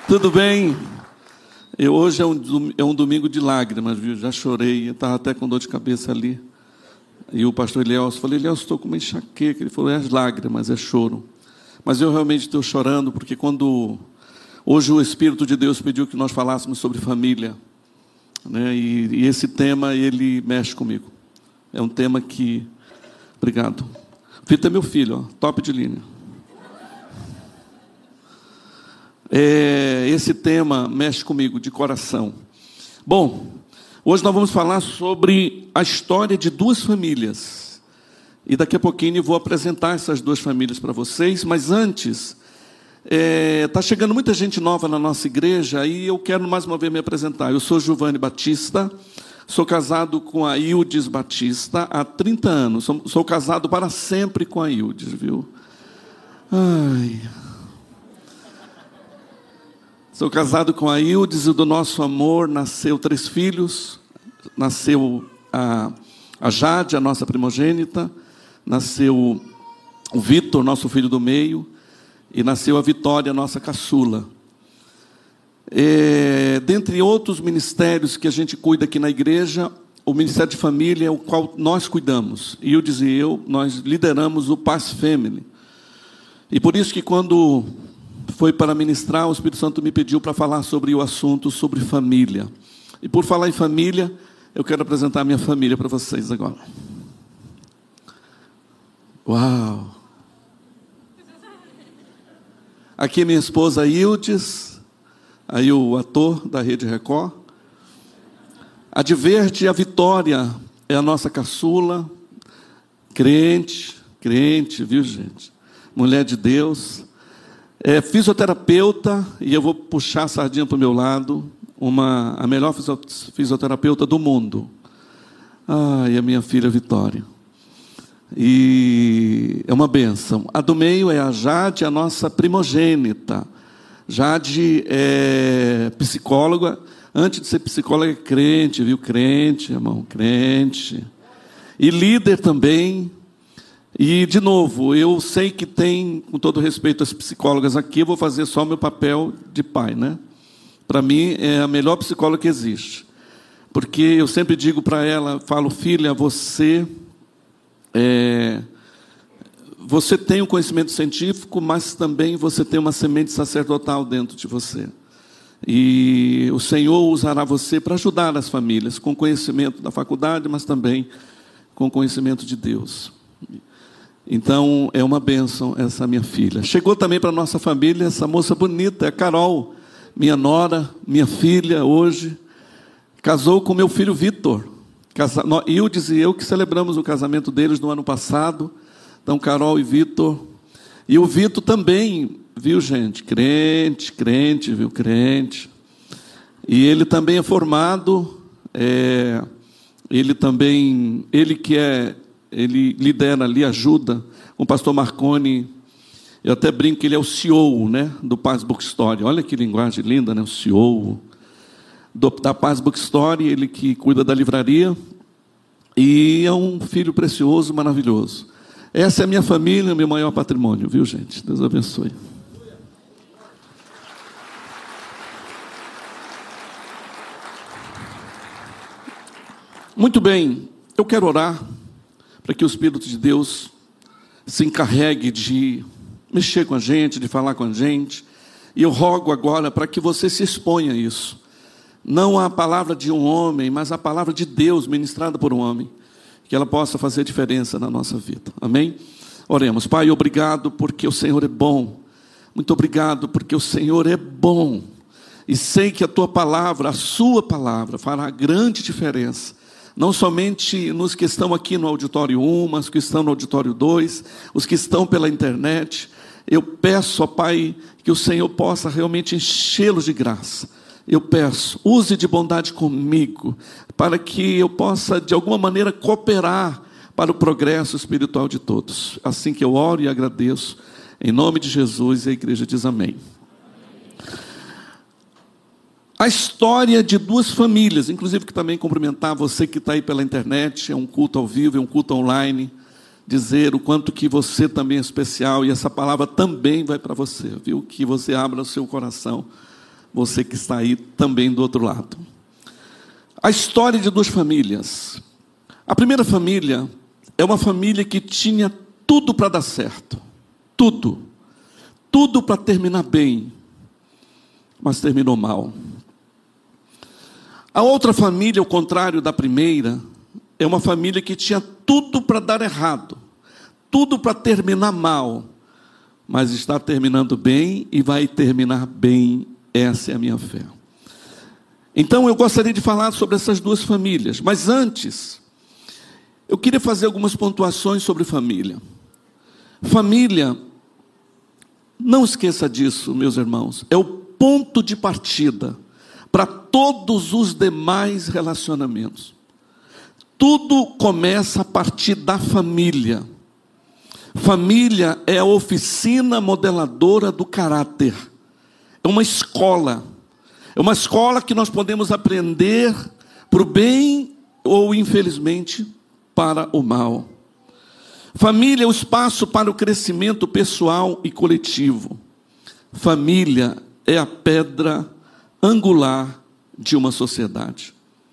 Tudo bem? Hoje é um domingo de lágrimas, viu? Já chorei, estava até com dor de cabeça ali. E o pastor Elielso, falei, Elielso, estou com uma enxaqueca. Ele falou, é as lágrimas, é choro. Mas eu realmente estou chorando, porque hoje o Espírito de Deus pediu que nós falássemos sobre família, né? E esse tema, ele mexe comigo. É um tema que... Obrigado. Vitor é meu filho, ó, top de linha. Esse tema mexe comigo de coração. Bom, hoje nós vamos falar sobre a história de duas famílias. E daqui a pouquinho eu vou apresentar essas duas famílias para vocês. Mas antes, está chegando muita gente nova na nossa igreja e eu quero mais uma vez me apresentar. Eu sou Giovanni Batista, sou casado com a Ildes Batista há 30 anos. Sou casado para sempre com a Ildes, viu? Ai... Sou casado com a Ildes e do nosso amor nasceu 3 filhos. Nasceu a Jade, a nossa primogênita. Nasceu o Vitor, nosso filho do meio. E nasceu a Vitória, nossa caçula. Dentre outros ministérios que a gente cuida aqui na igreja, o Ministério de Família é o qual nós cuidamos. Ildes e eu, nós lideramos o Paz Family. E por isso que quando... foi para ministrar, o Espírito Santo me pediu para falar sobre o assunto, sobre família. E por falar em família, eu quero apresentar a minha família para vocês agora. Uau! Aqui é minha esposa Ildes, aí o ator da Rede Record. A de verde, a Vitória, é a nossa caçula, crente, viu, gente? Mulher de Deus. Fisioterapeuta, e eu vou puxar a sardinha para o meu lado, a melhor fisioterapeuta do mundo. E a minha filha Vitória. E é uma bênção. A do meio é a Jade, a nossa primogênita. Jade é psicóloga. Antes de ser psicóloga, é crente, viu? Crente, irmão, crente. E líder também. E, de novo, eu sei que tem, com todo respeito às psicólogas aqui, eu vou fazer só o meu papel de pai, né? Para mim, é a melhor psicóloga que existe. Porque eu sempre digo para ela, falo, filha, você tem um conhecimento científico, mas também você tem uma semente sacerdotal dentro de você. E o Senhor usará você para ajudar as famílias, com conhecimento da faculdade, mas também com conhecimento de Deus. Então, é uma bênção essa minha filha. Chegou também para a nossa família essa moça bonita, a Carol, minha nora, minha filha, hoje. Casou com meu filho Vitor. Ildes e eu que celebramos o casamento deles no ano passado. Então, Carol e Vitor. E o Vitor também, viu, gente? Crente, viu? Crente. E ele também é formado. Ele lidera ali, ajuda com o pastor Marconi. Eu até brinco que ele é o CEO, né, do Paz Bookstore. Olha que linguagem linda, né? O CEO da Paz Bookstore, ele que cuida da livraria. E é um filho precioso, maravilhoso. Essa é a minha família, meu maior patrimônio, viu, gente? Deus abençoe. Muito bem, eu quero orar para que o Espírito de Deus se encarregue de mexer com a gente, de falar com a gente. E eu rogo agora para que você se exponha a isso. Não a palavra de um homem, mas a palavra de Deus ministrada por um homem. Que ela possa fazer diferença na nossa vida. Amém? Oremos. Pai, obrigado porque o Senhor é bom. Muito obrigado porque o Senhor é bom. E sei que a tua palavra, a sua palavra, fará grande diferença. Não somente nos que estão aqui no auditório 1, mas os que estão no auditório 2, os que estão pela internet. Eu peço, ó Pai, que o Senhor possa realmente enchê-los de graça. Eu peço, use de bondade comigo, para que eu possa, de alguma maneira, cooperar para o progresso espiritual de todos. Assim que eu oro e agradeço, em nome de Jesus, e a igreja diz amém. A história de duas famílias, inclusive que também cumprimentar você que está aí pela internet, é um culto ao vivo, é um culto online, dizer o quanto que você também é especial, e essa palavra também vai para você, viu? Que você abra o seu coração você que está aí também do outro lado. A história de duas famílias. A primeira família é uma família que tinha tudo para dar certo. Tudo para terminar bem, mas terminou mal. A outra família, ao contrário da primeira, é uma família que tinha tudo para dar errado, tudo para terminar mal, mas está terminando bem e vai terminar bem. Essa é a minha fé. Então eu gostaria de falar sobre essas duas famílias, mas antes, eu queria fazer algumas pontuações sobre família. Família, não esqueça disso, meus irmãos, é o ponto de partida para todos os demais relacionamentos. Tudo começa a partir da família. Família é a oficina modeladora do caráter. É uma escola. É uma escola que nós podemos aprender para o bem ou, infelizmente, para o mal. Família é o espaço para o crescimento pessoal e coletivo. Família é a pedra angular de uma sociedade.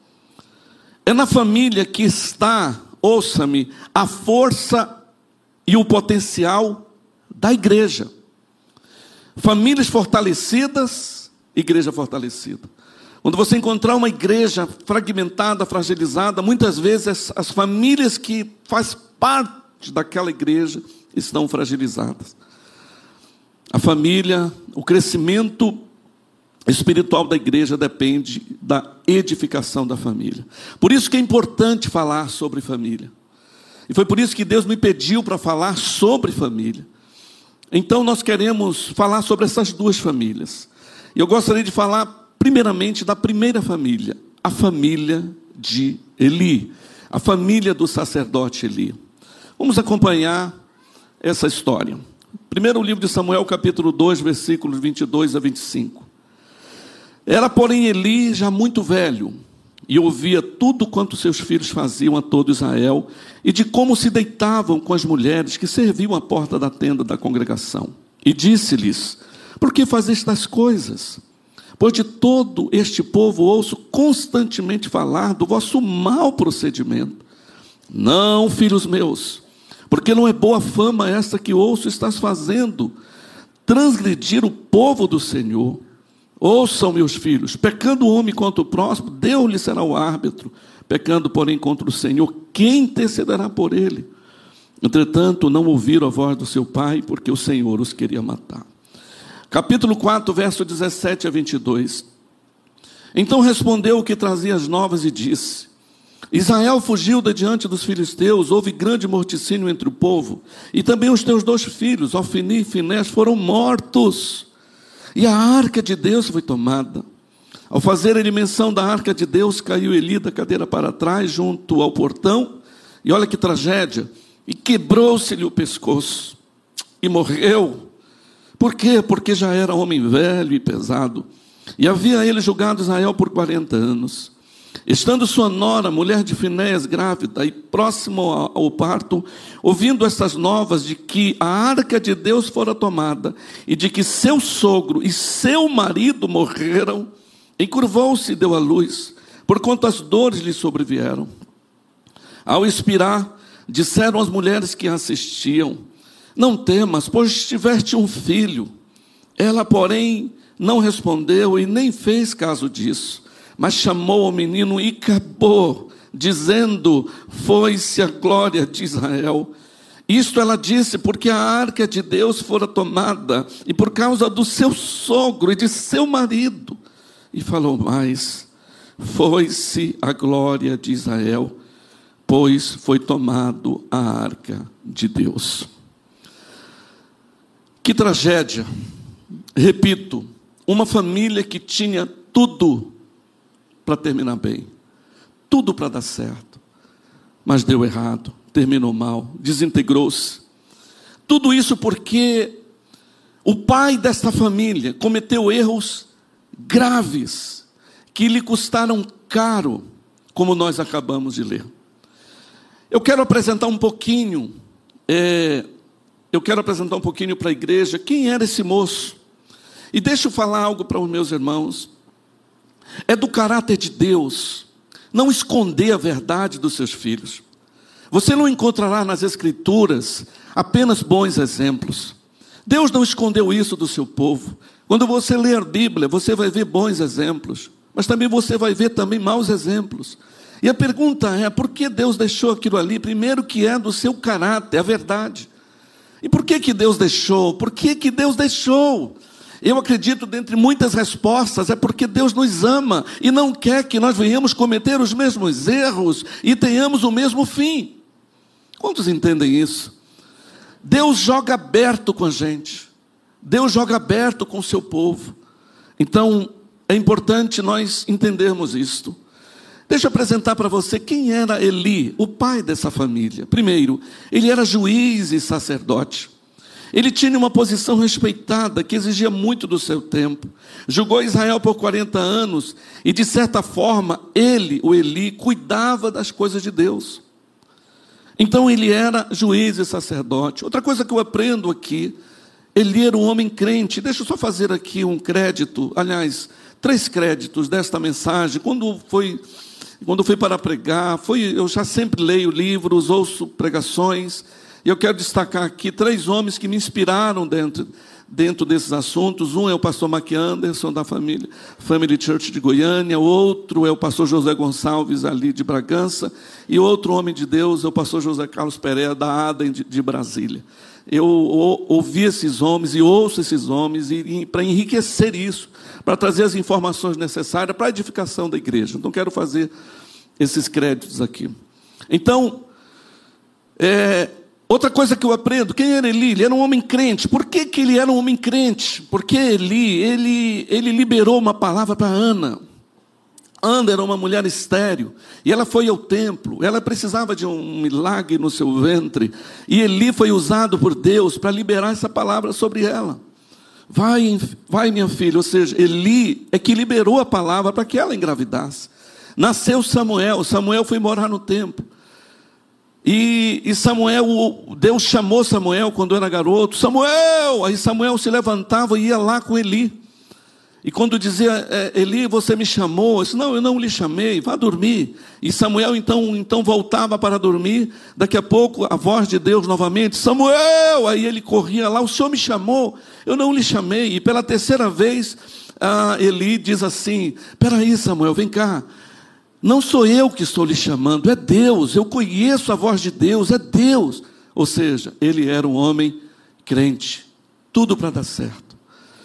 É na família que está, ouça-me, a força e o potencial da igreja. Famílias fortalecidas, igreja fortalecida. Quando você encontrar uma igreja fragmentada, fragilizada, muitas vezes as famílias que fazem parte daquela igreja estão fragilizadas. A família, o crescimento espiritual da igreja depende da edificação da família. Por isso que é importante falar sobre família. E foi por isso que Deus me pediu para falar sobre família. Então nós queremos falar sobre essas duas famílias. E eu gostaria de falar primeiramente da primeira família, a família de Eli, a família do sacerdote Eli. Vamos acompanhar essa história. Primeiro livro de Samuel, capítulo 2, versículos 22 a 25. Era, porém, Eli já muito velho, e ouvia tudo quanto seus filhos faziam a todo Israel, e de como se deitavam com as mulheres que serviam à porta da tenda da congregação. E disse-lhes: por que fazeis tais coisas? Pois de todo este povo ouço constantemente falar do vosso mau procedimento. Não, filhos meus, porque não é boa fama esta que ouço estás fazendo, transgredir o povo do Senhor. Ouçam, meus filhos, pecando o homem contra o próximo, Deus lhe será o árbitro. Pecando, porém, contra o Senhor, quem intercederá por ele? Entretanto, não ouviram a voz do seu pai, porque o Senhor os queria matar. Capítulo 4, verso 17 a 22. Então respondeu o que trazia as novas e disse: Israel fugiu de diante dos filisteus, houve grande morticínio entre o povo, e também os teus dois filhos, Ofni e Finés, foram mortos. E a arca de Deus foi tomada. Ao fazer ele menção da arca de Deus, caiu Eli da cadeira para trás, junto ao portão, e olha que tragédia, e quebrou-se-lhe o pescoço, e morreu. Por quê? Porque já era homem velho e pesado, e havia ele julgado Israel por 40 anos. Estando sua nora, mulher de Finéias, grávida e próximo ao parto, ouvindo estas novas de que a arca de Deus fora tomada e de que seu sogro e seu marido morreram, encurvou-se e deu à luz, porquanto as dores lhe sobrevieram. Ao expirar, disseram as mulheres que a assistiam: não temas, pois tiveste um filho. Ela, porém, não respondeu e nem fez caso disso. Mas chamou o menino e acabou, dizendo: foi-se a glória de Israel. Isto ela disse porque a arca de Deus fora tomada, e por causa do seu sogro e de seu marido. E falou mais: foi-se a glória de Israel, pois foi tomado a arca de Deus. Que tragédia. Repito, uma família que tinha tudo para terminar bem, tudo para dar certo, mas deu errado, terminou mal, desintegrou-se. Tudo isso porque o pai desta família cometeu erros graves, que lhe custaram caro, como nós acabamos de ler. Eu quero apresentar um pouquinho para a igreja quem era esse moço. E deixa eu falar algo para os meus irmãos. É do caráter de Deus não esconder a verdade dos seus filhos. Você não encontrará nas Escrituras apenas bons exemplos. Deus não escondeu isso do seu povo. Quando você lê a Bíblia, você vai ver bons exemplos, mas também você vai ver também maus exemplos. E a pergunta é, por que Deus deixou aquilo ali? Primeiro, que é do seu caráter, a verdade. E por que Deus deixou? Por que Deus deixou? Eu acredito, dentre muitas respostas, é porque Deus nos ama e não quer que nós venhamos cometer os mesmos erros e tenhamos o mesmo fim. Quantos entendem isso? Deus joga aberto com a gente. Deus joga aberto com o seu povo. Então, é importante nós entendermos isto. Deixa eu apresentar para você quem era Eli, o pai dessa família. Primeiro, ele era juiz e sacerdote. Ele tinha uma posição respeitada, que exigia muito do seu tempo. Julgou Israel por 40 anos e, de certa forma, o Eli, cuidava das coisas de Deus. Então, ele era juiz e sacerdote. Outra coisa que eu aprendo aqui, ele era um homem crente. Deixa eu só fazer aqui um crédito, aliás, 3 créditos desta mensagem. Quando fui para pregar, eu já sempre leio livros, ouço pregações, e eu quero destacar aqui 3 homens que me inspiraram dentro desses assuntos. Um é o pastor Mac Anderson, da Family Church de Goiânia. O outro é o pastor José Gonçalves, ali de Bragança. E outro homem de Deus é o pastor José Carlos Pereira, da ADA de Brasília. Eu ouvi esses homens e ouço esses homens para enriquecer isso, para trazer as informações necessárias para a edificação da igreja. Então, quero fazer esses créditos aqui. Então, outra coisa que eu aprendo, quem era Eli? Ele era um homem crente. Por que ele era um homem crente? Porque ele liberou uma palavra para Ana. Ana era uma mulher estéril, e ela foi ao templo. Ela precisava de um milagre no seu ventre, e Eli foi usado por Deus para liberar essa palavra sobre ela. Vai, minha filha. Ou seja, Eli é que liberou a palavra para que ela engravidasse. Nasceu Samuel. Samuel foi morar no templo. E Samuel, Deus chamou Samuel quando era garoto. Samuel! Aí Samuel se levantava e ia lá com Eli. E quando dizia, Eli, você me chamou? Eu disse, não, eu não lhe chamei, vá dormir. E Samuel então voltava para dormir. Daqui a pouco a voz de Deus novamente, Samuel! Aí ele corria lá, o Senhor me chamou? Eu não lhe chamei. E pela 3ª vez, Eli diz assim, espera aí, Samuel, vem cá. Não sou eu que estou lhe chamando, é Deus. Eu conheço a voz de Deus, é Deus. Ou seja, ele era um homem crente. Tudo para dar certo.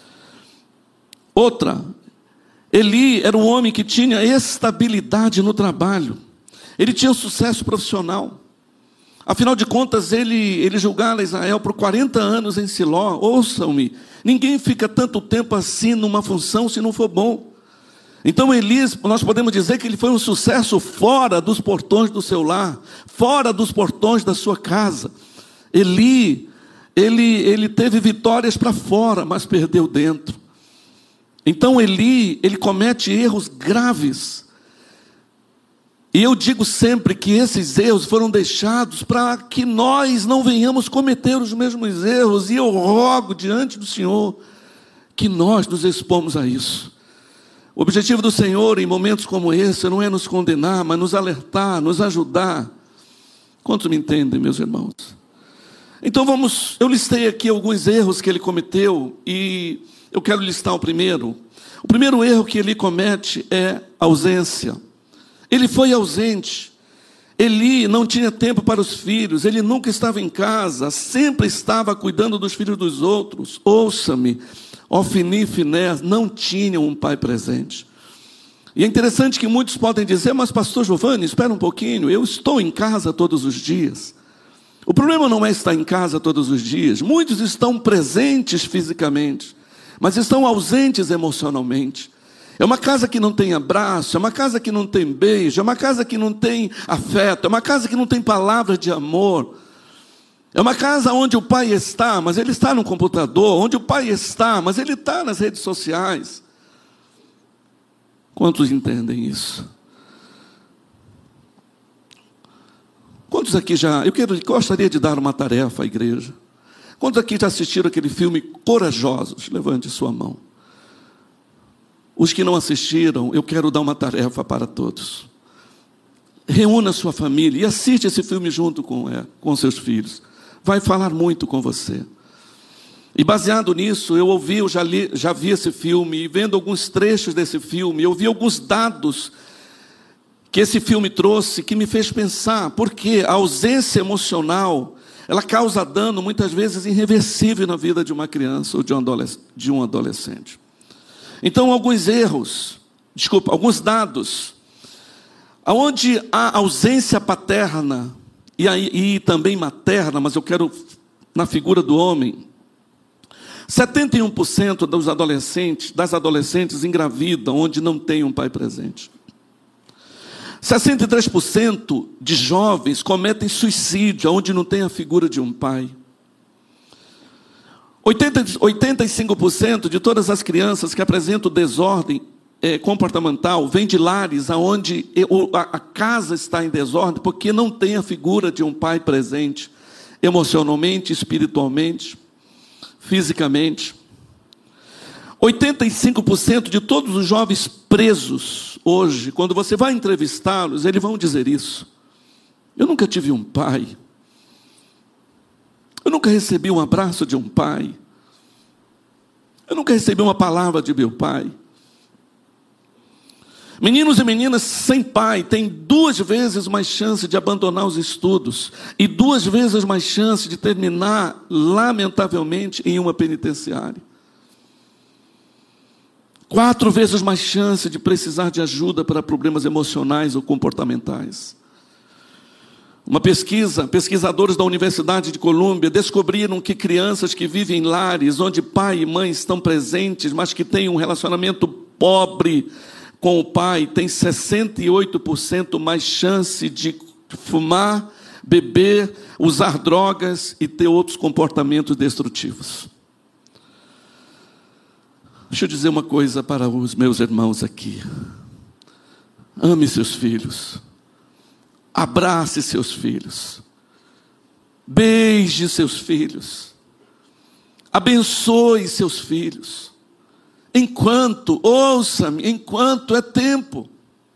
Outra, Eli era um homem que tinha estabilidade no trabalho. Ele tinha sucesso profissional. Afinal de contas, ele julgara Israel por 40 anos em Siló. Ouçam-me, ninguém fica tanto tempo assim numa função se não for bom. Então Eli, nós podemos dizer que ele foi um sucesso fora dos portões do seu lar, fora dos portões da sua casa. Eli teve vitórias para fora, mas perdeu dentro. Então ele comete erros graves. E eu digo sempre que esses erros foram deixados para que nós não venhamos cometer os mesmos erros. E eu rogo diante do Senhor que nós nos expomos a isso. O objetivo do Senhor em momentos como esse não é nos condenar, mas nos alertar, nos ajudar. Quantos me entendem, meus irmãos? Então eu listei aqui alguns erros que ele cometeu e eu quero listar o primeiro. O primeiro erro que ele comete é ausência. Ele foi ausente. Eli não tinha tempo para os filhos, ele nunca estava em casa, sempre estava cuidando dos filhos dos outros. Ouça-me, Ofni e Finés não tinham um pai presente. E é interessante que muitos podem dizer, mas pastor Giovanni, espera um pouquinho, eu estou em casa todos os dias. O problema não é estar em casa todos os dias. Muitos estão presentes fisicamente, mas estão ausentes emocionalmente. É uma casa que não tem abraço, é uma casa que não tem beijo, é uma casa que não tem afeto, é uma casa que não tem palavras de amor. É uma casa onde o pai está, mas ele está no computador, onde o pai está, mas ele está nas redes sociais. Quantos entendem isso? Quantos aqui gostaria de dar uma tarefa à igreja? Quantos aqui já assistiram aquele filme Corajosos? Levante sua mão. Os que não assistiram, eu quero dar uma tarefa para todos. Reúna sua família e assiste esse filme junto com seus filhos. Vai falar muito com você. E baseado nisso, eu já vi esse filme, e vendo alguns trechos desse filme, eu vi alguns dados que esse filme trouxe, que me fez pensar, porque a ausência emocional, ela causa dano, muitas vezes, irreversível na vida de uma criança ou de um adolescente. Então, alguns dados, onde há ausência paterna, e também materna, mas eu quero na figura do homem, 71% das adolescentes engravidam onde não tem um pai presente. 63% de jovens cometem suicídio onde não tem a figura de um pai. 85% de todas as crianças que apresentam desordem comportamental vêm de lares onde a casa está em desordem porque não tem a figura de um pai presente, emocionalmente, espiritualmente, fisicamente. 85% de todos os jovens presos hoje, quando você vai entrevistá-los, eles vão dizer isso. Eu nunca tive um pai. Eu nunca recebi um abraço de um pai. Eu nunca recebi uma palavra de meu pai. Meninos e meninas sem pai têm 2 vezes mais chance de abandonar os estudos e 2 vezes mais chance de terminar, lamentavelmente, em uma penitenciária. 4 vezes mais chance de precisar de ajuda para problemas emocionais ou comportamentais. Pesquisadores da Universidade de Colômbia descobriram que crianças que vivem em lares onde pai e mãe estão presentes, mas que têm um relacionamento pobre com o pai, têm 68% mais chance de fumar, beber, usar drogas e ter outros comportamentos destrutivos. Deixa eu dizer uma coisa para os meus irmãos aqui. Ame seus filhos. Abrace seus filhos. Beije seus filhos. Abençoe seus filhos. Ouça-me, enquanto é tempo.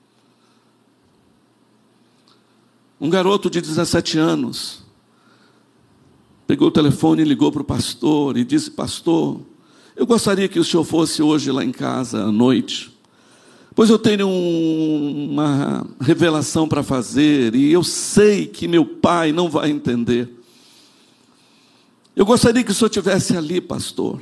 Um garoto de 17 anos pegou o telefone e ligou para o pastor e disse: pastor, eu gostaria que o senhor fosse hoje lá em casa à noite, pois eu tenho uma revelação para fazer e eu sei que meu pai não vai entender. Eu gostaria que o senhor estivesse ali, pastor.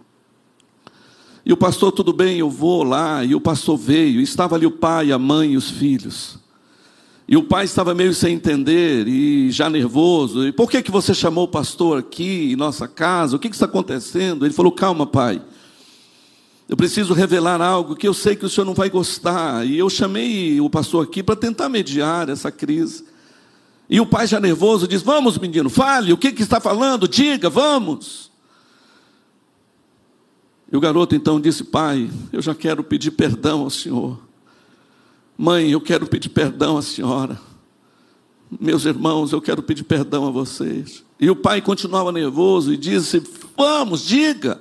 E o pastor: tudo bem, eu vou lá. E o pastor veio, estava ali o pai, a mãe e os filhos. E o pai estava meio sem entender e já nervoso. E por que você chamou o pastor aqui em nossa casa? O que está acontecendo? Ele falou: calma, pai. Eu preciso revelar algo que eu sei que o senhor não vai gostar. E eu chamei o pastor aqui para tentar mediar essa crise. E o pai já nervoso diz: vamos, menino, fale, o que está falando? Diga, vamos. E o garoto então disse: pai, eu já quero pedir perdão ao senhor. Mãe, eu quero pedir perdão à senhora. Meus irmãos, eu quero pedir perdão a vocês. E o pai continuava nervoso e disse: vamos, diga.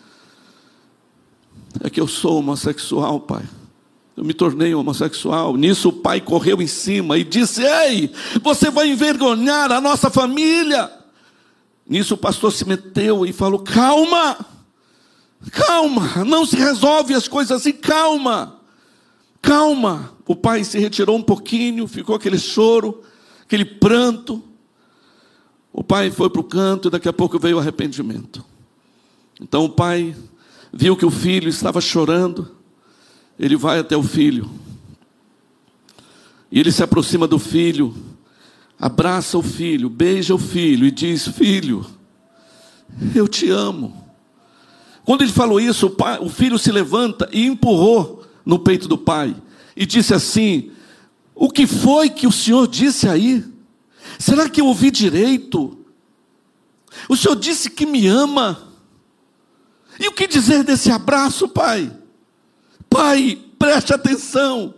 É que eu sou homossexual, pai. Eu me tornei homossexual. Nisso o pai correu em cima e disse: ei, você vai envergonhar a nossa família. Nisso o pastor se meteu e falou: calma, calma, não se resolve as coisas assim, calma, calma. O pai se retirou um pouquinho, ficou aquele choro, aquele pranto. O pai foi para o canto e daqui a pouco veio o arrependimento. Então o pai viu que o filho estava chorando. Ele vai até o filho. E ele se aproxima do filho, abraça o filho, beija o filho e diz: filho, eu te amo. Quando ele falou isso, o filho se levanta e empurrou no peito do pai. E disse assim: o que foi que o senhor disse aí? Será que eu ouvi direito? O senhor disse que me ama. E o que dizer desse abraço, pai? Pai, preste atenção.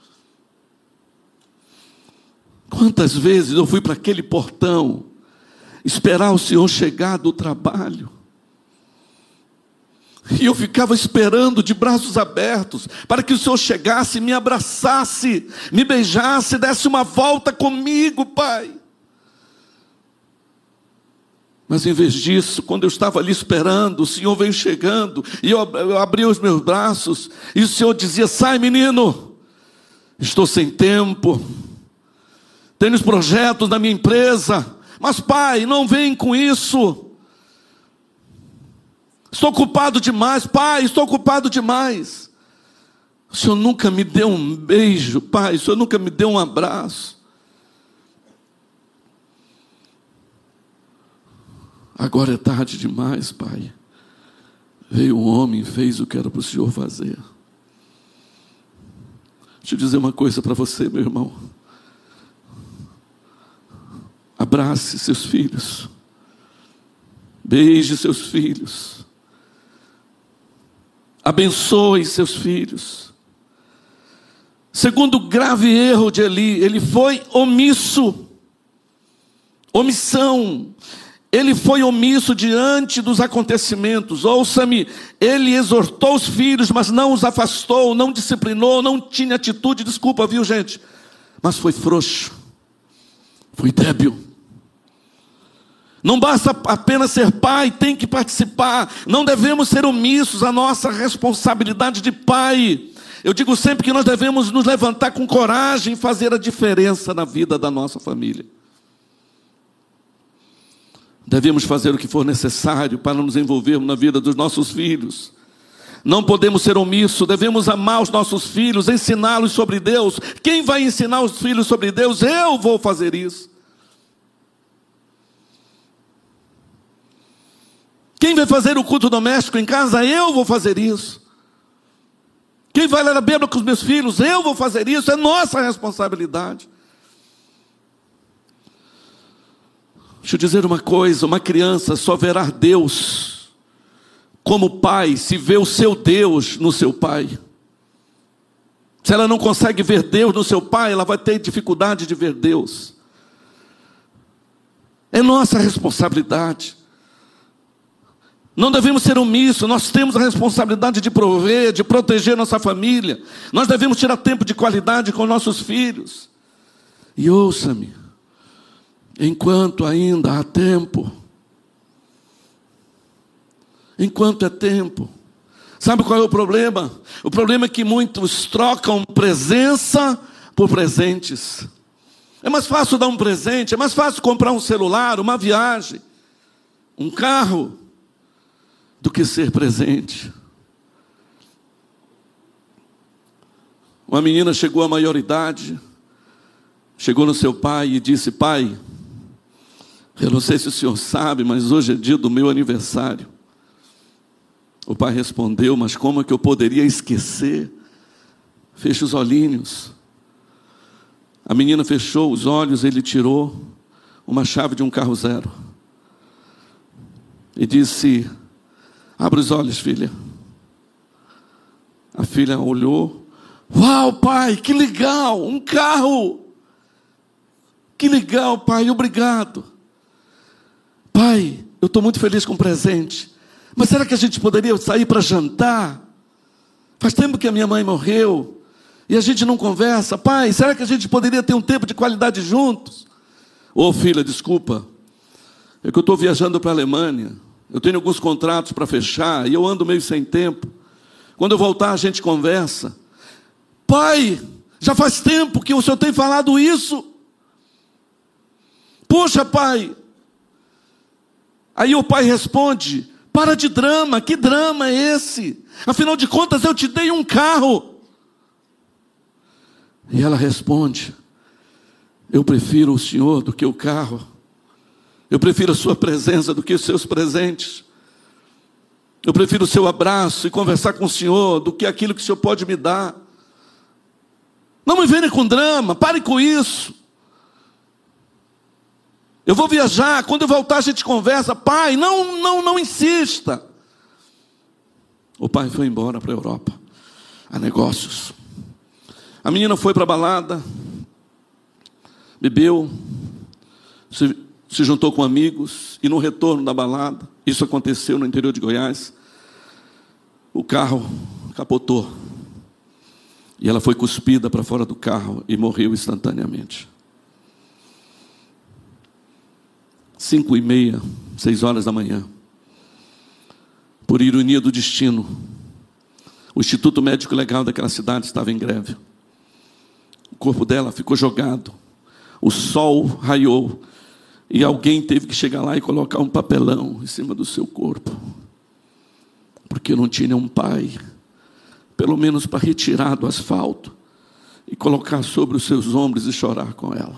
Quantas vezes eu fui para aquele portão esperar o senhor chegar do trabalho. E eu ficava esperando de braços abertos para que o Senhor chegasse, me abraçasse, me beijasse, desse uma volta comigo, Pai. Mas em vez disso, quando eu estava ali esperando, o Senhor veio chegando, e eu abri os meus braços, e o Senhor dizia: sai, menino, estou sem tempo, tenho os projetos da minha empresa, mas Pai, não vem com isso. Estou ocupado demais, Pai, estou ocupado demais. O Senhor nunca me deu um beijo, Pai, o Senhor nunca me deu um abraço. Agora é tarde demais, Pai. Veio um homem e fez o que era para o Senhor fazer. Deixa eu dizer uma coisa para você, meu irmão. Abrace seus filhos. Beije seus filhos. Abençoe seus filhos. Segundo o grave erro de Eli, ele foi omisso. Omissão. Ele foi omisso diante dos acontecimentos. Ouça-me, ele exortou os filhos, mas não os afastou, não disciplinou, não tinha atitude, desculpa, viu, gente? Mas foi frouxo, foi débil. Não basta apenas ser pai, tem que participar. Não devemos ser omissos à nossa responsabilidade de pai. Eu digo sempre que nós devemos nos levantar com coragem e fazer a diferença na vida da nossa família. Devemos fazer o que for necessário para nos envolvermos na vida dos nossos filhos. Não podemos ser omissos, devemos amar os nossos filhos, ensiná-los sobre Deus. Quem vai ensinar os filhos sobre Deus? Eu vou fazer isso. Quem vai fazer o culto doméstico em casa? Eu vou fazer isso. Quem vai ler a Bíblia com os meus filhos? Eu vou fazer isso. É nossa responsabilidade. Deixa eu dizer uma coisa. Uma criança só verá Deus como pai se vê o seu Deus no seu pai. Se ela não consegue ver Deus no seu pai, ela vai ter dificuldade de ver Deus. É nossa responsabilidade. Não devemos ser omissos, nós temos a responsabilidade de prover, de proteger nossa família. Nós devemos tirar tempo de qualidade com nossos filhos. E ouça-me, enquanto ainda há tempo, enquanto é tempo. Sabe qual é o problema? O problema é que muitos trocam presença por presentes. É mais fácil dar um presente, é mais fácil comprar um celular, uma viagem, um carro, do que ser presente. Uma menina chegou à maioridade, chegou no seu pai e disse: pai, eu não sei se o senhor sabe, mas hoje é dia do meu aniversário. O pai respondeu: mas como é que eu poderia esquecer? Feche os olhinhos. A menina fechou os olhos, ele tirou uma chave de um carro zero e disse: abre os olhos, filha. A filha olhou. Uau, pai, que legal, um carro. Que legal, pai, obrigado. Pai, eu estou muito feliz com o presente. Mas será que a gente poderia sair para jantar? Faz tempo que a minha mãe morreu e a gente não conversa. Pai, será que a gente poderia ter um tempo de qualidade juntos? Ô filha, desculpa, é que eu estou viajando para a Alemanha. Eu tenho alguns contratos para fechar e eu ando meio sem tempo. Quando eu voltar, a gente conversa. Pai, já faz tempo que o senhor tem falado isso. Poxa, pai. Aí o pai responde: para de drama, que drama é esse? Afinal de contas, eu te dei um carro. E ela responde: eu prefiro o senhor do que o carro. Eu prefiro a sua presença do que os seus presentes. Eu prefiro o seu abraço e conversar com o Senhor do que aquilo que o Senhor pode me dar. Não me venha com drama, pare com isso. Eu vou viajar, quando eu voltar a gente conversa. Pai, não insista. O pai foi embora para a Europa, a negócios. A menina foi para a balada, bebeu, se juntou com amigos, e no retorno da balada, isso aconteceu no interior de Goiás, O carro capotou. E ela foi cuspida para fora do carro e morreu instantaneamente. 5h30, 6 horas da manhã. Por ironia do destino, o Instituto Médico Legal daquela cidade estava em greve. O corpo dela ficou jogado. O sol raiou. E alguém teve que chegar lá e colocar um papelão em cima do seu corpo. Porque não tinha um pai, pelo menos para retirar do asfalto e colocar sobre os seus ombros e chorar com ela.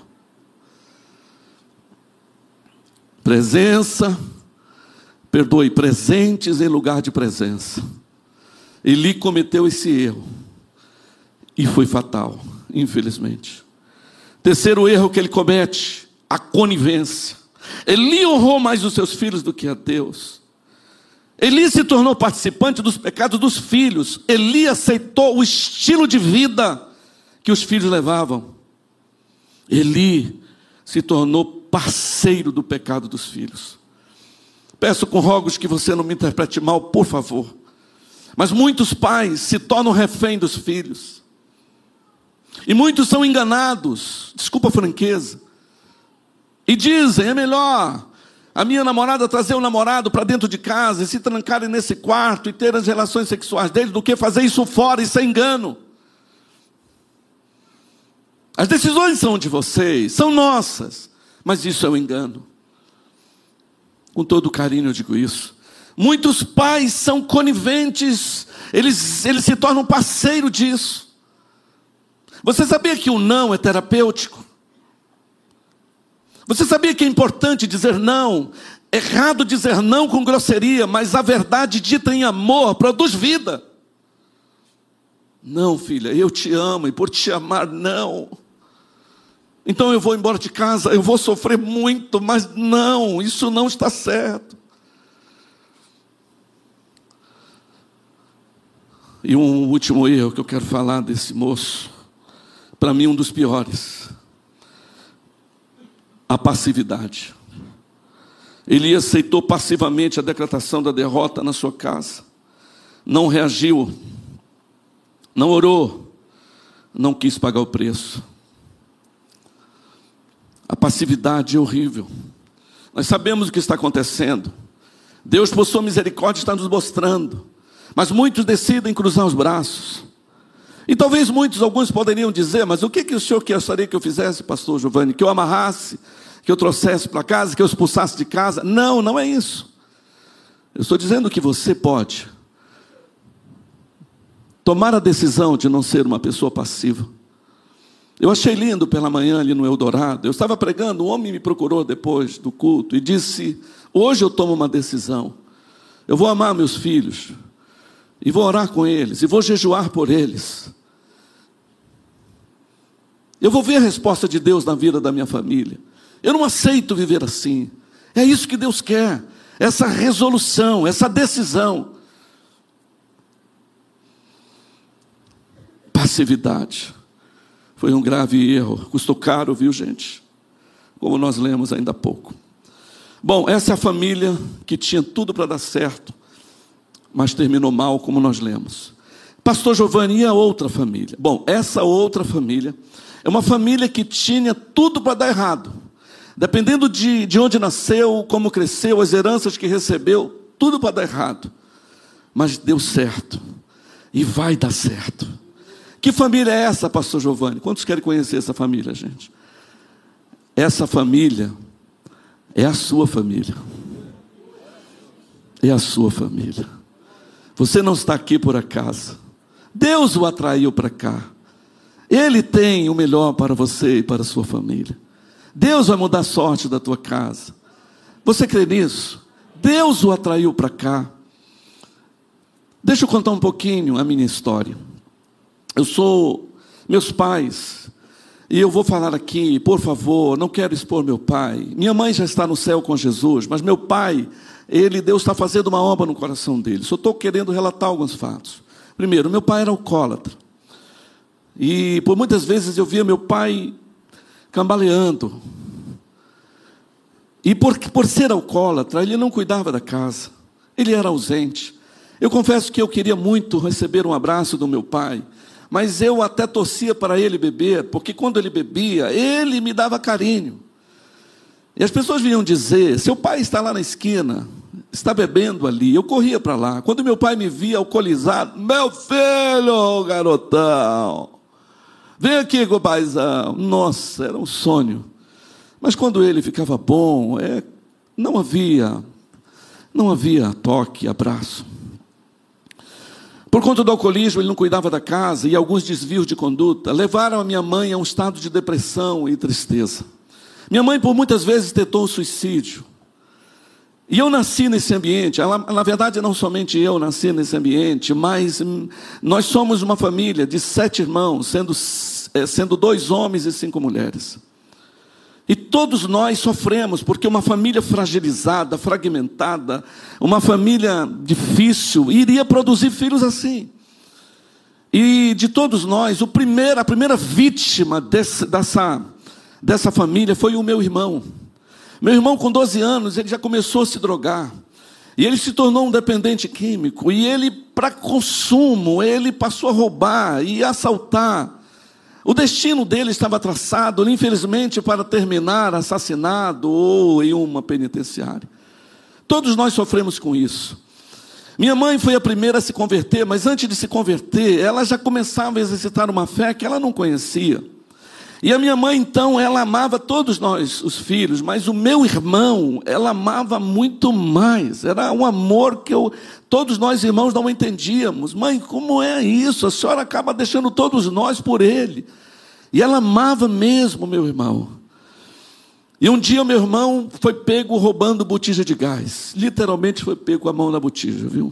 Presentes em lugar de presença. Eli cometeu esse erro e foi fatal, infelizmente. Terceiro erro que ele comete, a conivência. Eli honrou mais os seus filhos do que a Deus. Eli se tornou participante dos pecados dos filhos. Eli aceitou o estilo de vida que os filhos levavam. Eli se tornou parceiro do pecado dos filhos. Peço com rogos que você não me interprete mal, por favor. Mas muitos pais se tornam refém dos filhos. E muitos são enganados, desculpa a franqueza. E dizem, é melhor a minha namorada trazer o namorado para dentro de casa e se trancarem nesse quarto e ter as relações sexuais deles do que fazer isso fora, isso é engano. As decisões são de vocês, são nossas, mas isso é um engano. Com todo carinho eu digo isso. Muitos pais são coniventes, eles se tornam parceiro disso. Você sabia que o não é terapêutico? Você sabia que é importante dizer não? Errado dizer não com grosseria, mas a verdade dita em amor produz vida. Não, filha, eu te amo e por te amar, não. Então eu vou embora de casa, eu vou sofrer muito, mas não, isso não está certo. E um último erro que eu quero falar desse moço, para mim um dos piores, a passividade. Ele aceitou passivamente a decretação da derrota na sua casa, não reagiu, não orou, não quis pagar o preço. A passividade é horrível. Nós sabemos o que está acontecendo. Deus, por sua misericórdia, está nos mostrando. Mas muitos decidem cruzar os braços. E talvez alguns poderiam dizer, mas o que o senhor gostaria que eu fizesse, pastor Giovanni? Que eu amarrasse, que eu trouxesse para casa, que eu expulsasse de casa? Não, não é isso. Eu estou dizendo que você pode tomar a decisão de não ser uma pessoa passiva. Eu achei lindo pela manhã ali no Eldorado. Eu estava pregando, um homem me procurou depois do culto e disse, hoje eu tomo uma decisão. Eu vou amar meus filhos. E vou orar com eles. E vou jejuar por eles. Eu vou ver a resposta de Deus na vida da minha família. Eu não aceito viver assim. É isso que Deus quer. Essa resolução, essa decisão. Passividade. Foi um grave erro. Custou caro, viu, gente? Como nós lemos ainda há pouco. Bom, essa é a família que tinha tudo para dar certo, mas terminou mal, como nós lemos. Pastor Giovanni, e a outra família? Bom, essa outra família é uma família que tinha tudo para dar errado. Dependendo de onde nasceu, como cresceu, as heranças que recebeu, tudo para dar errado. Mas deu certo. E vai dar certo. Que família é essa, pastor Giovanni? Quantos querem conhecer essa família, gente? Essa família é a sua família. É a sua família. Você não está aqui por acaso. Deus o atraiu para cá. Ele tem o melhor para você e para a sua família. Deus vai mudar a sorte da tua casa. Você crê nisso? Deus o atraiu para cá. Deixa eu contar um pouquinho a minha história. Meus pais, e eu vou falar aqui, por favor, não quero expor meu pai. Minha mãe já está no céu com Jesus, mas meu pai, Deus está fazendo uma obra no coração dele. Só estou querendo relatar alguns fatos. Primeiro, meu pai era alcoólatra. E por muitas vezes eu via meu pai cambaleando. E por ser alcoólatra, ele não cuidava da casa. Ele era ausente. Eu confesso que eu queria muito receber um abraço do meu pai, mas eu até torcia para ele beber, porque quando ele bebia, ele me dava carinho. E as pessoas vinham dizer: seu pai está lá na esquina, está bebendo ali. Eu corria para lá. Quando meu pai me via alcoolizado: meu filho, garotão, vem aqui com o paizão. Nossa, era um sonho. Mas quando ele ficava bom, não havia toque, abraço. Por conta do alcoolismo, ele não cuidava da casa, e alguns desvios de conduta levaram a minha mãe a um estado de depressão e tristeza. Minha mãe, por muitas vezes, tentou o suicídio. E eu nasci nesse ambiente. Na verdade, não somente eu nasci nesse ambiente, mas nós somos uma família de 7 irmãos, sendo 2 homens e 5 mulheres. E todos nós sofremos, porque uma família fragilizada, fragmentada, uma família difícil, iria produzir filhos assim. E de todos nós, a primeira vítima dessa família foi o meu irmão. Meu irmão, com 12 anos, ele já começou a se drogar. E ele se tornou um dependente químico. E ele, para consumo, ele passou a roubar e a assaltar. O destino dele estava traçado, infelizmente, para terminar assassinado ou em uma penitenciária. Todos nós sofremos com isso. Minha mãe foi a primeira a se converter, mas antes de se converter, ela já começava a exercitar uma fé que ela não conhecia. E a minha mãe, então, ela amava todos nós, os filhos, mas o meu irmão, ela amava muito mais. Era um amor que todos nós, irmãos, não entendíamos. Mãe, como é isso? A senhora acaba deixando todos nós por ele. E ela amava mesmo meu irmão. E um dia meu irmão foi pego roubando botija de gás. Literalmente foi pego com a mão na botija, viu?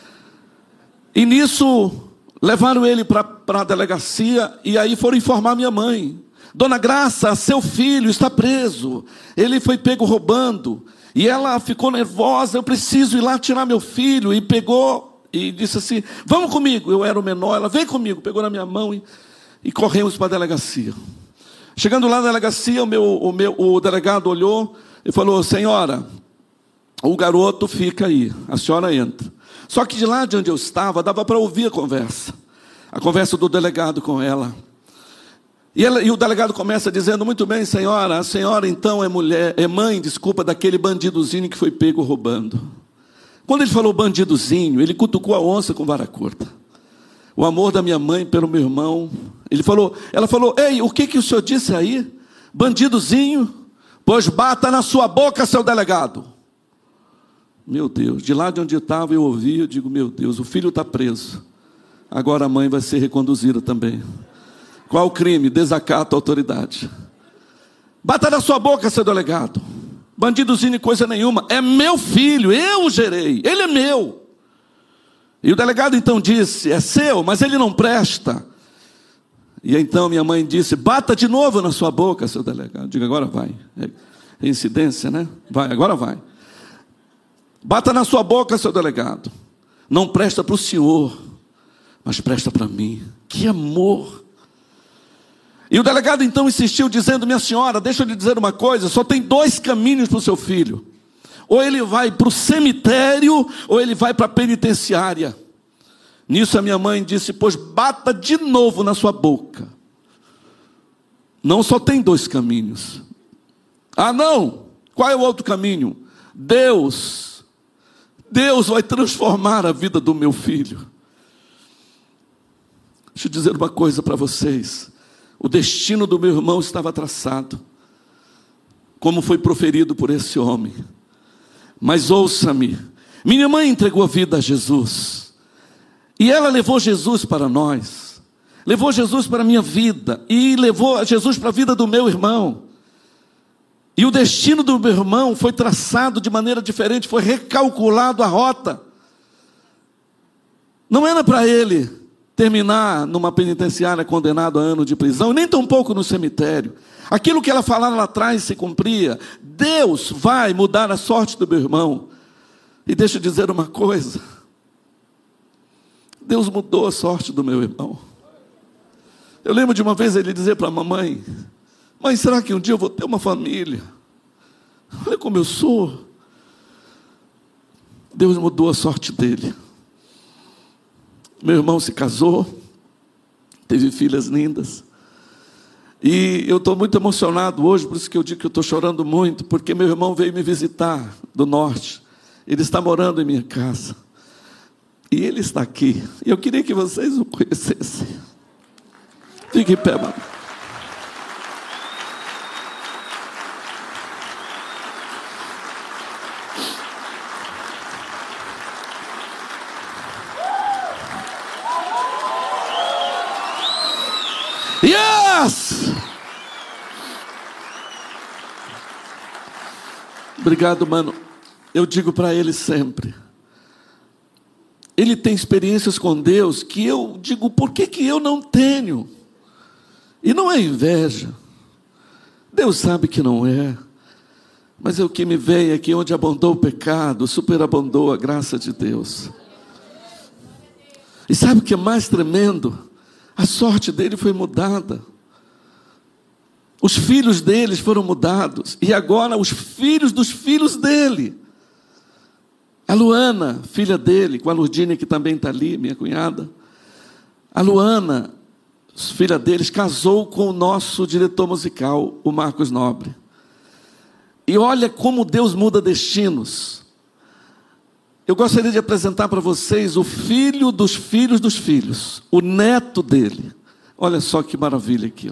E nisso, levaram ele para a delegacia e aí foram informar minha mãe. Dona Graça, seu filho está preso. Ele foi pego roubando. E ela ficou nervosa: eu preciso ir lá tirar meu filho. E pegou e disse assim: vamos comigo. Eu era o menor, ela: vem comigo. Pegou na minha mão e corremos para a delegacia. Chegando lá na delegacia, o delegado olhou e falou: senhora, o garoto fica aí, a senhora entra. Só que de lá de onde eu estava, dava para ouvir a conversa do delegado com ela. E o delegado começa dizendo: muito bem, senhora, a senhora então é mãe, daquele bandidozinho que foi pego roubando. Quando ele falou bandidozinho, ele cutucou a onça com vara curta. O amor da minha mãe pelo meu irmão. Ela falou: ei, o que o senhor disse aí? Bandidozinho? Pois bata na sua boca, seu delegado. Meu Deus, de lá de onde eu estava, eu ouvi, eu digo: meu Deus, o filho está preso. Agora a mãe vai ser reconduzida também. Qual o crime? Desacato à autoridade. Bata na sua boca, seu delegado. Bandidozinho coisa nenhuma. É meu filho, eu o gerei, ele é meu. E o delegado então disse: é seu, mas ele não presta. E então minha mãe disse: bata de novo na sua boca, seu delegado. Diga: agora vai. É incidência, né? Vai, agora vai. Bata na sua boca, seu delegado. Não presta para o senhor, mas presta para mim. Que amor! E o delegado então insistiu, dizendo: minha senhora, deixa eu lhe dizer uma coisa, só tem 2 caminhos para o seu filho. Ou ele vai para o cemitério, ou ele vai para a penitenciária. Nisso a minha mãe disse: pois bata de novo na sua boca. Não só tem 2 caminhos. Ah, não? Qual é o outro caminho? Deus vai transformar a vida do meu filho. Deixa eu dizer uma coisa para vocês. O destino do meu irmão estava traçado, como foi proferido por esse homem. Mas ouça-me, minha mãe entregou a vida a Jesus, e ela levou Jesus para nós, levou Jesus para a minha vida, e levou Jesus para a vida do meu irmão. E o destino do meu irmão foi traçado de maneira diferente, foi recalculado a rota. Não era para ele terminar numa penitenciária condenado a ano de prisão, nem tampouco no cemitério. Aquilo que ela falava lá atrás se cumpria. Deus vai mudar a sorte do meu irmão. E deixa eu dizer uma coisa: Deus mudou a sorte do meu irmão. Eu lembro de uma vez ele dizer para a mamãe: mãe, será que um dia eu vou ter uma família? Olha como eu sou. Deus mudou a sorte dele. Meu irmão se casou, teve filhas lindas. E eu estou muito emocionado hoje, por isso que eu digo que eu estou chorando muito, porque meu irmão veio me visitar do norte. Ele está morando em minha casa. E ele está aqui. E eu queria que vocês o conhecessem. Fique em pé, mano. Yes! Obrigado, mano. Eu digo para ele sempre. Ele tem experiências com Deus que eu digo, por que eu não tenho? E não é inveja. Deus sabe que não é. Mas o que me vem é que onde abundou o pecado, superabundou a graça de Deus. E sabe o que é mais tremendo? A sorte dele foi mudada. Os filhos deles foram mudados. E agora os filhos dos filhos dele. A Luana, filha dele, com a Lurdine, que também está ali, minha cunhada. A Luana, filha deles, casou com o nosso diretor musical, o Marcos Nobre. E olha como Deus muda destinos. Eu gostaria de apresentar para vocês o filho dos filhos, o neto dele. Olha só que maravilha aqui, ó.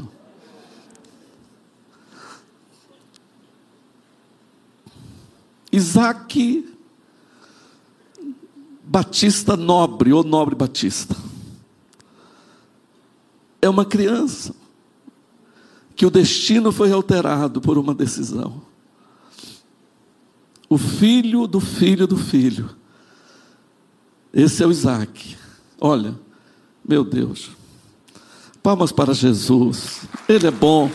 Isaac Batista Nobre, ou Nobre Batista. É uma criança que o destino foi alterado por uma decisão. O filho do filho do filho. Esse é o Isaac. Olha, meu Deus. Palmas para Jesus. Ele é bom.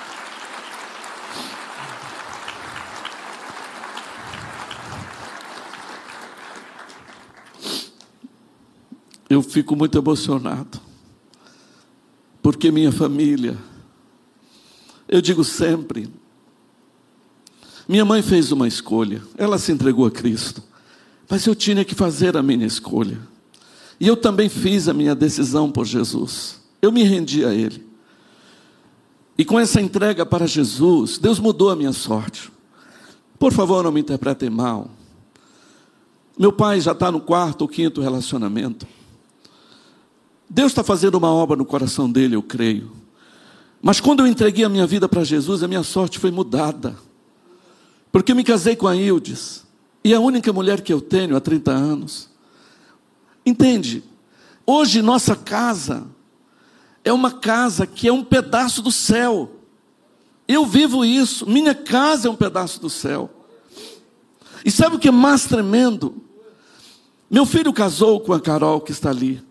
Eu fico muito emocionado, porque minha família, eu digo sempre, minha mãe fez uma escolha, ela se entregou a Cristo, mas eu tinha que fazer a minha escolha, e eu também fiz a minha decisão por Jesus, eu me rendi a Ele, e com essa entrega para Jesus, Deus mudou a minha sorte. Por favor, não me interpretem mal, meu pai já está no 4º ou 5º relacionamento. Deus está fazendo uma obra no coração dele, eu creio. Mas quando eu entreguei a minha vida para Jesus, a minha sorte foi mudada. Porque eu me casei com a Ildes. E é a única mulher que eu tenho há 30 anos. Entende? Hoje nossa casa é uma casa que é um pedaço do céu. Eu vivo isso. Minha casa é um pedaço do céu. E sabe o que é mais tremendo? Meu filho casou com a Carol que está ali.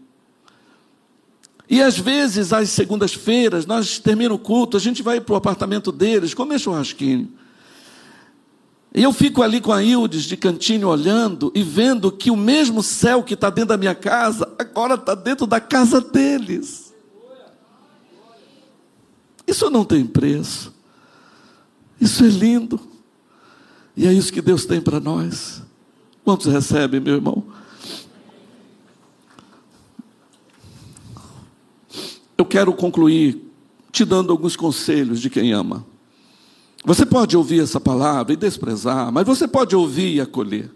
E às vezes, às segundas-feiras, nós terminamos o culto, a gente vai para o apartamento deles, comer churrasquinho. E eu fico ali com a Ildes de cantinho olhando e vendo que o mesmo céu que está dentro da minha casa, agora está dentro da casa deles. Isso não tem preço. Isso é lindo. E é isso que Deus tem para nós. Quantos recebem, meu irmão? Eu quero concluir te dando alguns conselhos de quem ama. Você pode ouvir essa palavra e desprezar, mas você pode ouvir e acolher.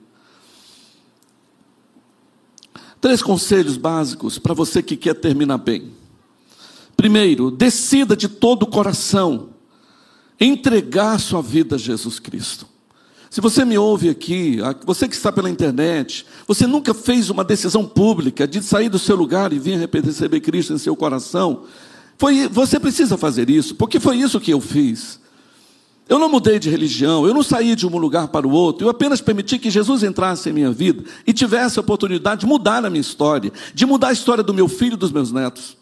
3 conselhos básicos para você que quer terminar bem. Primeiro, decida de todo o coração entregar sua vida a Jesus Cristo. Se você me ouve aqui, você que está pela internet, você nunca fez uma decisão pública de sair do seu lugar e vir receber Cristo em seu coração, você precisa fazer isso, porque foi isso que eu fiz. Eu não mudei de religião, eu não saí de um lugar para o outro, eu apenas permiti que Jesus entrasse em minha vida e tivesse a oportunidade de mudar a minha história, de mudar a história do meu filho e dos meus netos.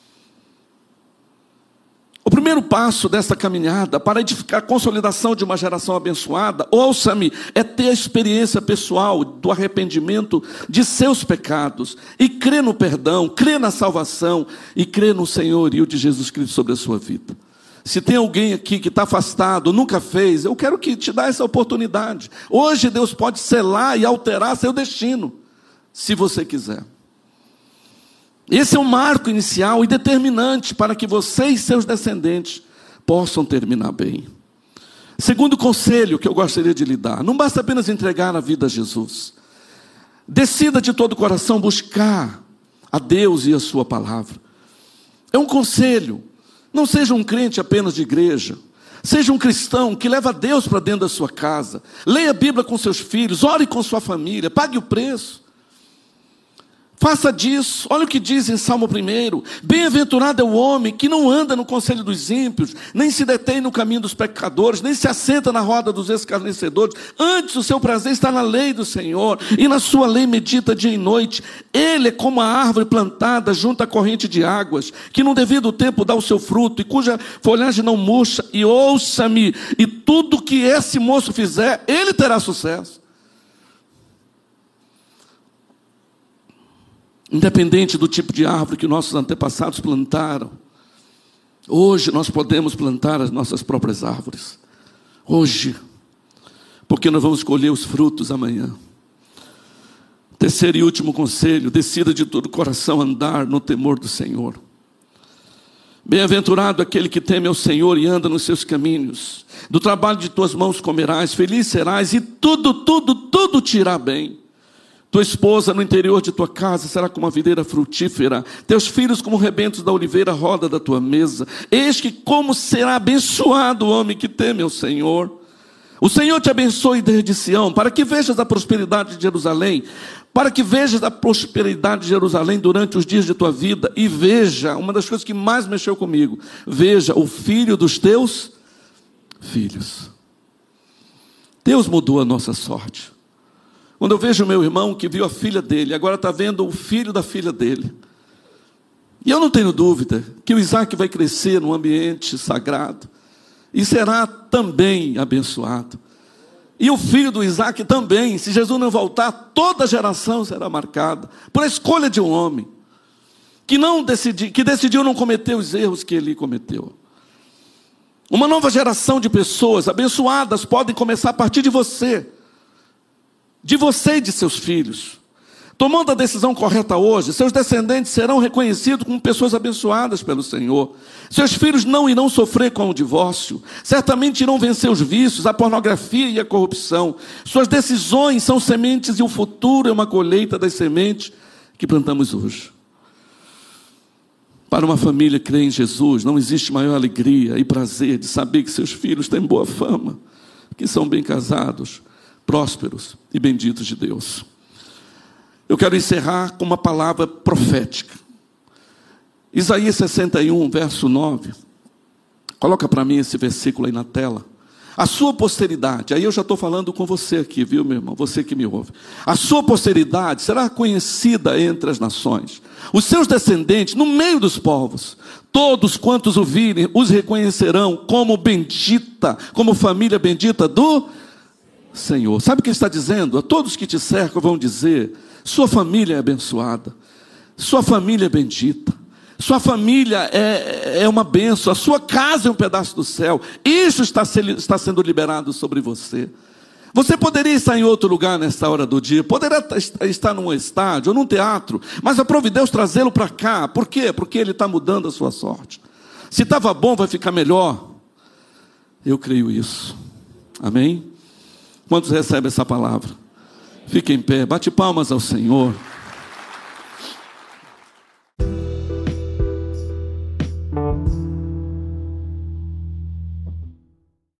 O primeiro passo dessa caminhada para edificar a consolidação de uma geração abençoada, ouça-me, é ter a experiência pessoal do arrependimento de seus pecados e crer no perdão, crer na salvação e crer no senhorio de Jesus Cristo sobre a sua vida. Se tem alguém aqui que está afastado, nunca fez, eu quero que te dê essa oportunidade. Hoje Deus pode selar e alterar seu destino, se você quiser. Esse é o marco inicial e determinante para que você e seus descendentes possam terminar bem. Segundo conselho que eu gostaria de lhe dar: não basta apenas entregar a vida a Jesus. Decida de todo o coração buscar a Deus e a sua palavra. É um conselho. Não seja um crente apenas de igreja. Seja um cristão que leva Deus para dentro da sua casa. Leia a Bíblia com seus filhos, ore com sua família, pague o preço. Faça disso. Olha o que diz em Salmo 1: bem-aventurado é o homem que não anda no conselho dos ímpios, nem se detém no caminho dos pecadores, nem se assenta na roda dos escarnecedores. Antes o seu prazer está na lei do Senhor, e na sua lei medita dia e noite. Ele é como a árvore plantada junto à corrente de águas, que no devido tempo dá o seu fruto, e cuja folhagem não murcha. E ouça-me, e tudo que esse moço fizer, ele terá sucesso. Independente do tipo de árvore que nossos antepassados plantaram, hoje nós podemos plantar as nossas próprias árvores. Hoje, porque nós vamos colher os frutos amanhã. Terceiro e último conselho: decida de todo o coração andar no temor do Senhor. Bem-aventurado aquele que teme ao Senhor e anda nos seus caminhos. Do trabalho de tuas mãos comerás, feliz serás, e tudo te irá bem. Tua esposa no interior de tua casa será como uma videira frutífera, teus filhos como rebentos da oliveira à roda da tua mesa. Eis que como será abençoado o homem que teme ao Senhor. O Senhor te abençoe desde Sião, para que vejas a prosperidade de Jerusalém, para que vejas a prosperidade de Jerusalém durante os dias de tua vida, e veja, uma das coisas que mais mexeu comigo, veja o filho dos teus filhos. Deus mudou a nossa sorte. Quando eu vejo o meu irmão que viu a filha dele, agora está vendo o filho da filha dele. E eu não tenho dúvida que o Isaac vai crescer num ambiente sagrado e será também abençoado. E o filho do Isaac também, se Jesus não voltar, toda geração será marcada por a escolha de um homem que decidiu não cometer os erros que ele cometeu. Uma nova geração de pessoas abençoadas podem começar a partir de você e de seus filhos. Tomando a decisão correta hoje, seus descendentes serão reconhecidos como pessoas abençoadas pelo Senhor. Seus filhos não irão sofrer com o divórcio. Certamente irão vencer os vícios, a pornografia e a corrupção. Suas decisões são sementes e o futuro é uma colheita das sementes que plantamos hoje. Para uma família que crê em Jesus, não existe maior alegria e prazer de saber que seus filhos têm boa fama, que são bem casados, prósperos e benditos de Deus. Eu quero encerrar com uma palavra profética. Isaías 61, verso 9. Coloca para mim esse versículo aí na tela. A sua posteridade, aí eu já estou falando com você aqui, viu, meu irmão? Você que me ouve. A sua posteridade será conhecida entre as nações. Os seus descendentes no meio dos povos. Todos quantos o virem, os reconhecerão como bendita, como família bendita do Senhor. Sabe o que ele está dizendo? A todos que te cercam vão dizer: sua família é abençoada, sua família é bendita, sua família é uma bênção, a sua casa é um pedaço do céu. Isso está sendo liberado sobre você. Você poderia estar em outro lugar nesta hora do dia, poderia estar num estádio ou num teatro, mas aprove Deus trazê-lo para cá. Por quê? Porque Ele está mudando a sua sorte. Se estava bom, vai ficar melhor. Eu creio isso. Amém? Quantos recebem essa palavra? Fique em pé, bate palmas ao Senhor.